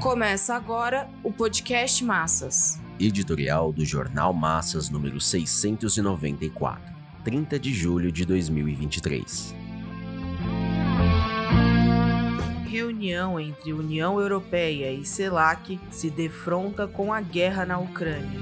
Começa agora o podcast Massas. Editorial do Jornal Massas número 694, 30 de julho de 2023. Reunião entre União Europeia e CELAC se defronta com a guerra na Ucrânia.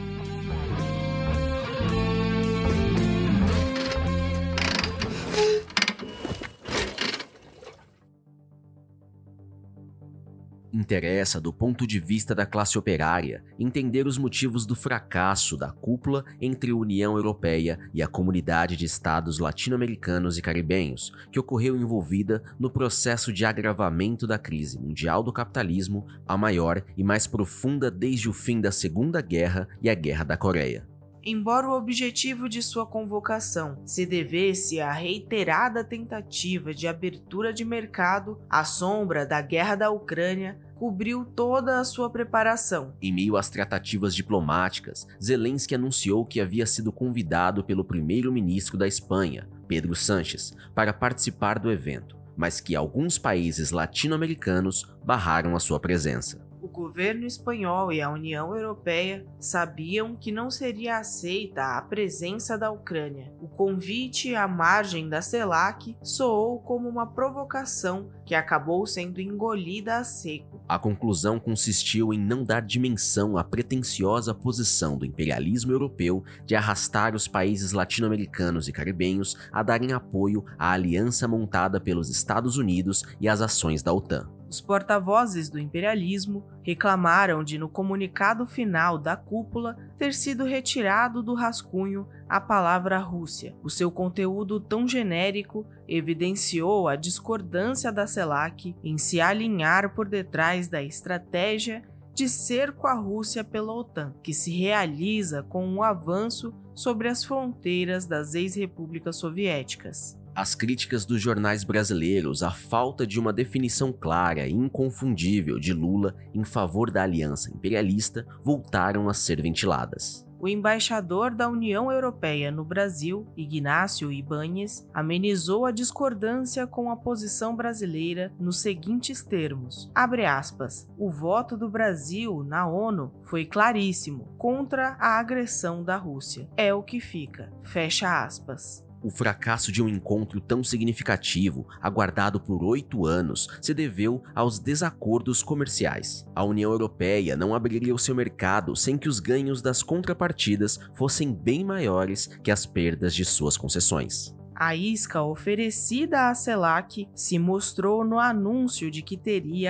Interessa, do ponto de vista da classe operária, entender os motivos do fracasso da cúpula entre a União Europeia e a Comunidade de Estados Latino-Americanos e Caribenhos, que ocorreu envolvida no processo de agravamento da crise mundial do capitalismo, a maior e mais profunda desde o fim da Segunda Guerra e a Guerra da Coreia. Embora o objetivo de sua convocação se devesse à reiterada tentativa de abertura de mercado, a sombra da guerra da Ucrânia cobriu toda a sua preparação. Em meio às tratativas diplomáticas, Zelensky anunciou que havia sido convidado pelo primeiro-ministro da Espanha, Pedro Sánchez, para participar do evento, mas que alguns países latino-americanos barraram a sua presença. O governo espanhol e a União Europeia sabiam que não seria aceita a presença da Ucrânia. O convite à margem da CELAC soou como uma provocação que acabou sendo engolida a seco. A conclusão consistiu em não dar dimensão à pretensiosa posição do imperialismo europeu de arrastar os países latino-americanos e caribenhos a darem apoio à aliança montada pelos Estados Unidos e às ações da OTAN. Os porta-vozes do imperialismo reclamaram de, no comunicado final da cúpula, ter sido retirado do rascunho a palavra Rússia. O seu conteúdo tão genérico evidenciou a discordância da CELAC em se alinhar por detrás da estratégia de cerco à Rússia pela OTAN, que se realiza com um avanço sobre as fronteiras das ex-repúblicas soviéticas. As críticas dos jornais brasileiros à falta de uma definição clara e inconfundível de Lula em favor da aliança imperialista voltaram a ser ventiladas. O embaixador da União Europeia no Brasil, Ignácio Ibáñez, amenizou a discordância com a posição brasileira nos seguintes termos, abre aspas, o voto do Brasil na ONU foi claríssimo, contra a agressão da Rússia, é o que fica, fecha aspas. O fracasso de um encontro tão significativo, aguardado por 8 anos, se deveu aos desacordos comerciais. A União Europeia não abriria o seu mercado sem que os ganhos das contrapartidas fossem bem maiores que as perdas de suas concessões. A isca oferecida à CELAC se mostrou no anúncio de que teria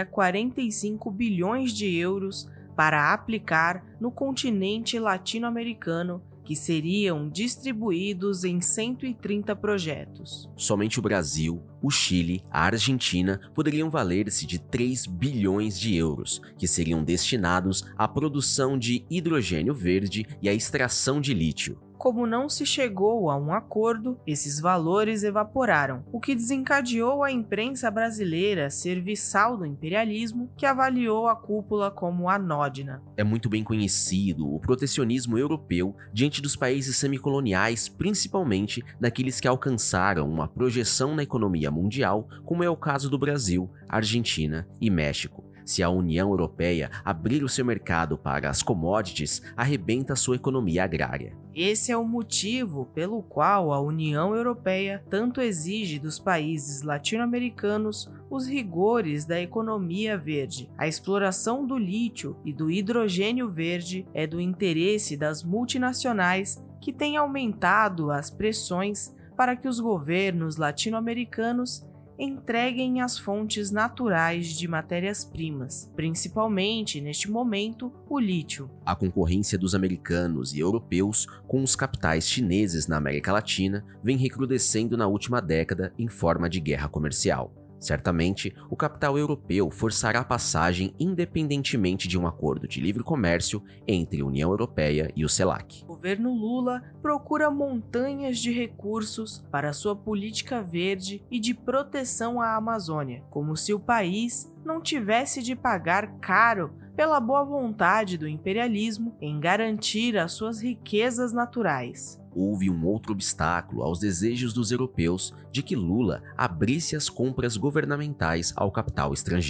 45 bilhões de euros para aplicar no continente latino-americano, que seriam distribuídos em 130 projetos. Somente o Brasil, o Chile, a Argentina poderiam valer-se de 3 bilhões de euros, que seriam destinados à produção de hidrogênio verde e à extração de lítio. Como não se chegou a um acordo, esses valores evaporaram, o que desencadeou a imprensa brasileira serviçal do imperialismo, que avaliou a cúpula como anódina. É muito bem conhecido o protecionismo europeu diante dos países semicoloniais, principalmente daqueles que alcançaram uma projeção na economia mundial, como é o caso do Brasil, Argentina e México. Se a União Europeia abrir o seu mercado para as commodities, arrebenta sua economia agrária. Esse é o motivo pelo qual a União Europeia tanto exige dos países latino-americanos os rigores da economia verde. A exploração do lítio e do hidrogênio verde é do interesse das multinacionais que têm aumentado as pressões para que os governos latino-americanos entreguem as fontes naturais de matérias-primas, principalmente, neste momento, o lítio. A concorrência dos americanos e europeus com os capitais chineses na América Latina vem recrudescendo na última década em forma de guerra comercial. Certamente, o capital europeu forçará a passagem independentemente de um acordo de livre comércio entre a União Europeia e o CELAC. O governo Lula procura montanhas de recursos para sua política verde e de proteção à Amazônia, como se o país não tivesse de pagar caro pela boa vontade do imperialismo em garantir as suas riquezas naturais. Houve um outro obstáculo aos desejos dos europeus de que Lula abrisse as compras governamentais ao capital estrangeiro.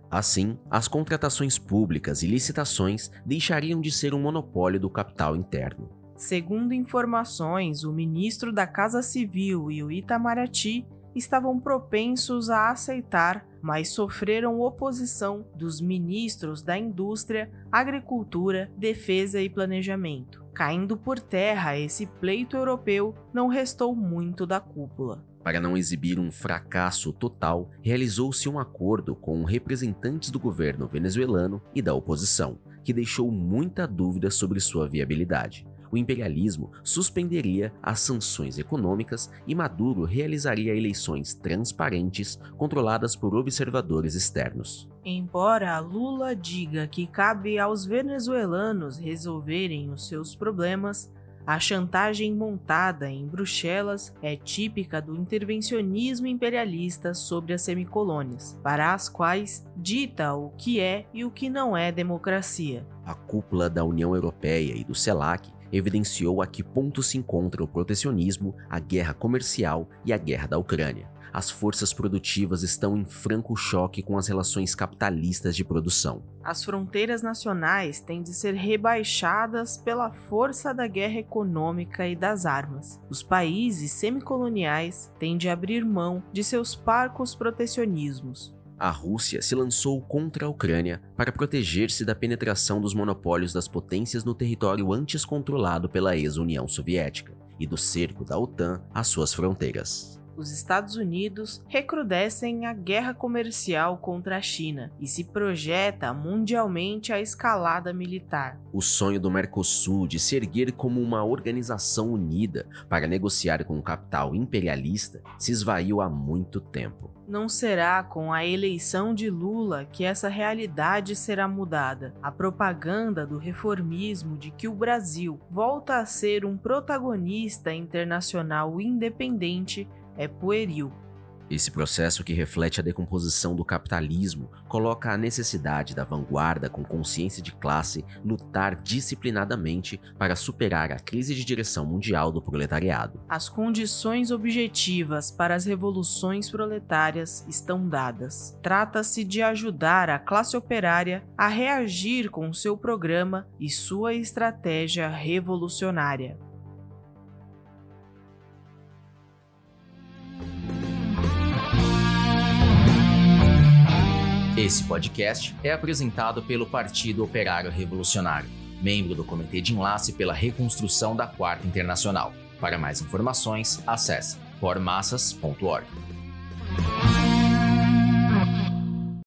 Assim, as contratações públicas e licitações deixariam de ser um monopólio do capital interno. Segundo informações, o ministro da Casa Civil e o Itamaraty estavam propensos a aceitar, mas sofreram oposição dos ministros da Indústria, Agricultura, Defesa e Planejamento. Caindo por terra esse pleito europeu, não restou muito da cúpula. Para não exibir um fracasso total, realizou-se um acordo com representantes do governo venezuelano e da oposição, que deixou muita dúvida sobre sua viabilidade. O imperialismo suspenderia as sanções econômicas e Maduro realizaria eleições transparentes controladas por observadores externos. Embora Lula diga que cabe aos venezuelanos resolverem os seus problemas, a chantagem montada em Bruxelas é típica do intervencionismo imperialista sobre as semicolônias, para as quais dita o que é e o que não é democracia. A cúpula da União Europeia e do CELAC evidenciou a que ponto se encontra o protecionismo, a guerra comercial e a guerra da Ucrânia. As forças produtivas estão em franco choque com as relações capitalistas de produção. As fronteiras nacionais têm de ser rebaixadas pela força da guerra econômica e das armas. Os países semicoloniais têm de abrir mão de seus parcos protecionismos. A Rússia se lançou contra a Ucrânia para proteger-se da penetração dos monopólios das potências no território antes controlado pela ex-União Soviética e do cerco da OTAN às suas fronteiras. Os Estados Unidos recrudescem a guerra comercial contra a China e se projeta mundialmente a escalada militar. O sonho do Mercosul de se erguer como uma organização unida para negociar com o capital imperialista se esvaiu há muito tempo. Não será com a eleição de Lula que essa realidade será mudada. A propaganda do reformismo de que o Brasil volta a ser um protagonista internacional independente é pueril. Esse processo, que reflete a decomposição do capitalismo, coloca a necessidade da vanguarda com consciência de classe lutar disciplinadamente para superar a crise de direção mundial do proletariado. As condições objetivas para as revoluções proletárias estão dadas. Trata-se de ajudar a classe operária a reagir com seu programa e sua estratégia revolucionária. Esse podcast é apresentado pelo Partido Operário Revolucionário, membro do Comitê de Enlace pela Reconstrução da Quarta Internacional. Para mais informações, acesse pormassas.org.